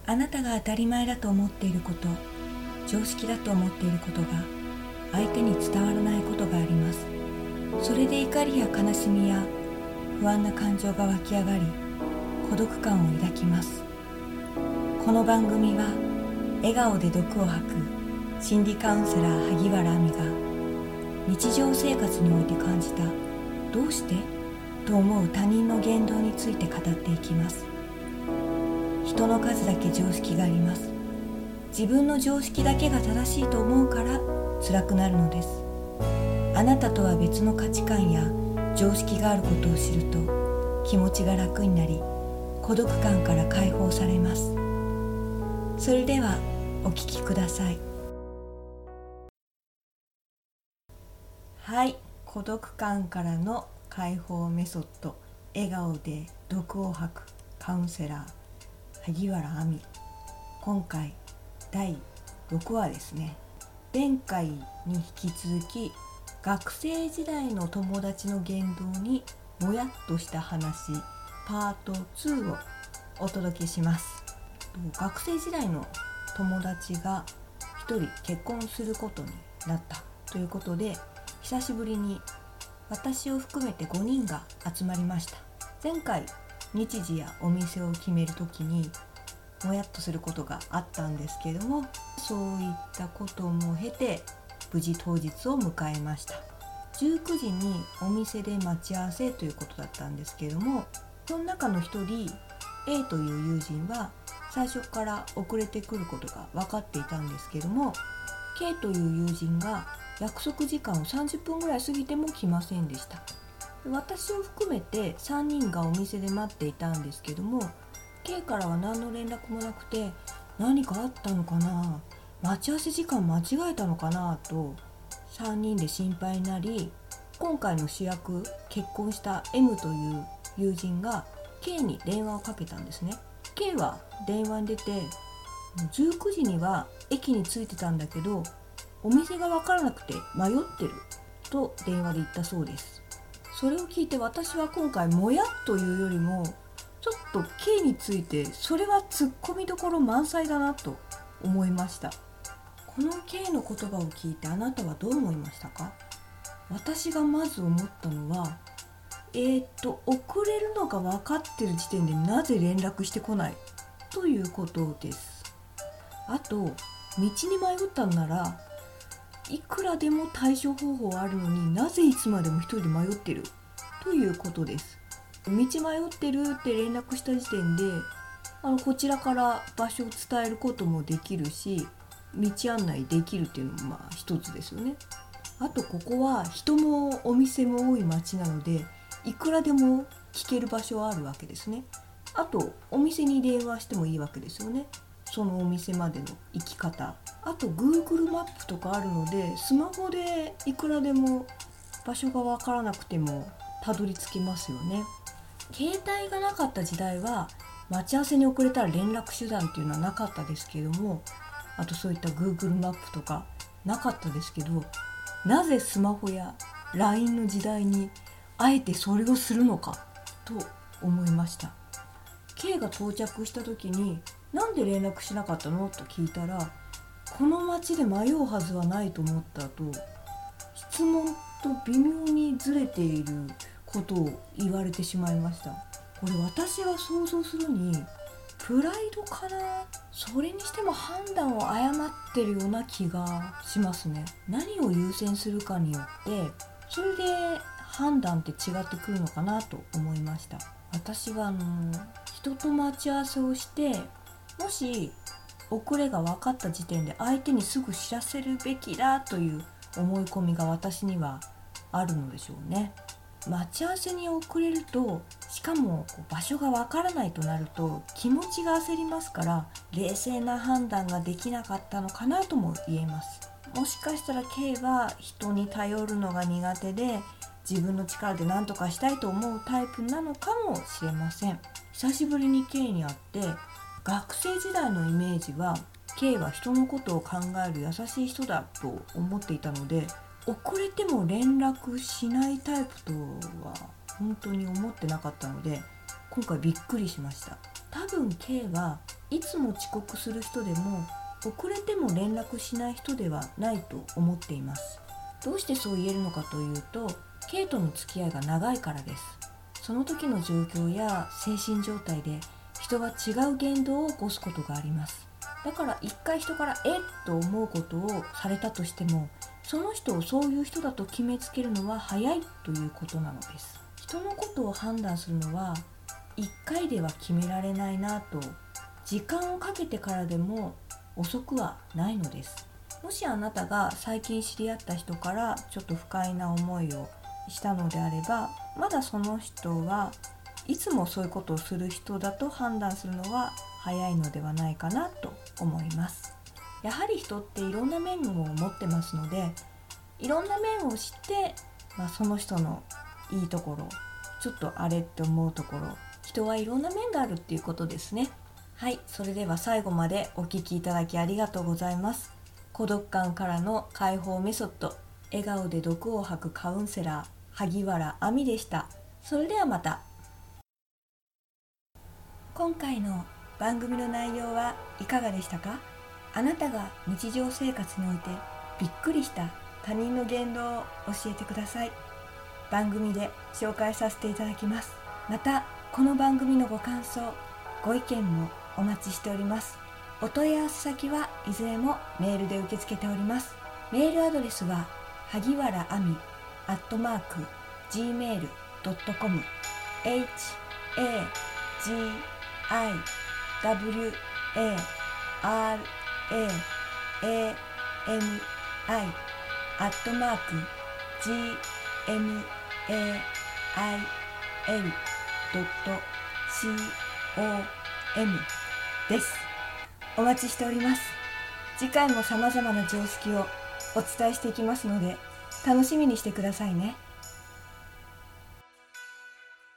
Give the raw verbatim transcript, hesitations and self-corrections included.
あなたが当たり前だと思っていること、常識だと思っていることが相手に伝わらないことがあります。それで怒りや悲しみや不安な感情が湧き上がり、孤独感を抱きます。この番組は笑顔で毒を吐く心理カウンセラー萩原亜美が日常生活において感じたどうしてと思う他人の言動について語っていきます。人の数だけ常識があります。自分の常識だけが正しいと思うから辛くなるのです。あなたとは別の価値観や常識があることを知ると気持ちが楽になり、孤独感から解放されます。それではお聞きください。はい、孤独感からの解放メソッド、笑顔で毒を吐くカウンセラー萩原亜美。今回だいろくわですね。前回に引き続き学生時代の友達の言動にもやっとした話パートツーをお届けします。学生時代の友達がひとり結婚することになったということで、久しぶりに私を含めてごにんが集まりました。前回日時やお店を決めるときにもやっとすることがあったんですけれども、そういったことも経て無事当日を迎えました。じゅうくじにお店で待ち合わせということだったんですけれども、その中の一人 A という友人は最初から遅れてくることが分かっていたんですけども、 K という友人が約束時間をさんじゅっぷんぐらい過ぎても来ませんでした。私を含めてさんにんがお店で待っていたんですけども、 K からは何の連絡もなくて、何かあったのかな、待ち合わせ時間間違えたのかなとさんにんで心配になり、今回の主役、結婚した M という友人が K に電話をかけたんですね。 K は電話に出て、じゅうくじには駅に着いてたんだけどお店が分からなくて迷ってると電話で言ったそうです。それを聞いて私は今回もやっというよりもちょっと K についてそれは突っ込みどころ満載だなと思いました。この K の言葉を聞いてあなたはどう思いましたか？私がまず思ったのは、えーっと遅れるのが分かってる時点でなぜ連絡してこないということです。あと、道に迷ったんならいくらでも対処方法あるのになぜいつまでも一人で迷ってるということです。道迷ってるって連絡した時点であのこちらから場所を伝えることもできるし、道案内できるっていうのもまあ一つですよね。あとここは人もお店も多い街なのでいくらでも聞ける場所はあるわけですね。あとお店に電話してもいいわけですよね。そのお店までの行き方、あと Google マップとかあるのでスマホでいくらでも場所が分からなくてもたどり着けますよね。携帯がなかった時代は待ち合わせに遅れたら連絡手段っていうのはなかったですけども、あとそういった Google マップとかなかったですけど、なぜスマホや ライン の時代にあえてそれをするのかと思いました。 K が到着した時になんで連絡しなかったのと聞いたら、この街で迷うはずはないと思ったと質問と微妙にずれていることを言われてしまいました。これ私が想像するにプライドかな。それにしても判断を誤ってるような気がしますね。何を優先するかによってそれで判断って違ってくるのかなと思いました。私はあの人と待ち合わせをしてもし遅れが分かった時点で相手にすぐ知らせるべきだという思い込みが私にはあるのでしょうね。待ち合わせに遅れると、しかも場所がわからないとなると気持ちが焦りますから、冷静な判断ができなかったのかなとも言えます。もしかしたら K は人に頼るのが苦手で自分の力で何とかしたいと思うタイプなのかもしれません。久しぶりに K に会って学生時代のイメージは K は人のことを考える優しい人だと思っていたので、遅れても連絡しないタイプとは本当に思ってなかったので今回びっくりしました。 多分 K はいつも遅刻する人でも遅れても連絡しない人ではないと思っています。どうしてそう言えるのかというと、 K との付き合いが長いからです。その時の状況や精神状態で人は違う言動を起こすことがあります。だから一回人からえっと思うことをされたとしても、その人をそういう人だと決めつけるのは早いということなのです。人のことを判断するのはいっかいでは決められないなと、時間をかけてからでも遅くはないのです。もしあなたが最近知り合った人からちょっと不快な思いをしたのであれば、まだその人はいつもそういうことをする人だと判断するのは早いのではないかなと思います。やはり人っていろんな面を持ってますので、いろんな面を知って、まあ、その人のいいところ、ちょっとあれって思うところ、人はいろんな面があるっていうことですね。はい、それでは最後までお聞きいただきありがとうございます。孤独感からの解放メソッド、笑顔で毒を吐くカウンセラー、萩原亜美でした。それではまた。今回の番組の内容はいかがでしたか？あなたが日常生活においてびっくりした他人の言動を教えてください。番組で紹介させていただきます。また、この番組のご感想、ご意見もお待ちしております。お問い合わせ先はいずれもメールで受け付けております。メールアドレスは萩原亜美アットマーク ジーメールドットコム エイチ エー ジー アイ ダブリュー エー アール エー エー エム アイ アットマーク ジー エム エー アイ エル ドット シー オー エム です。お待ちしております。次回も様々な常識をお伝えしていきますので、楽しみにしてくださいね。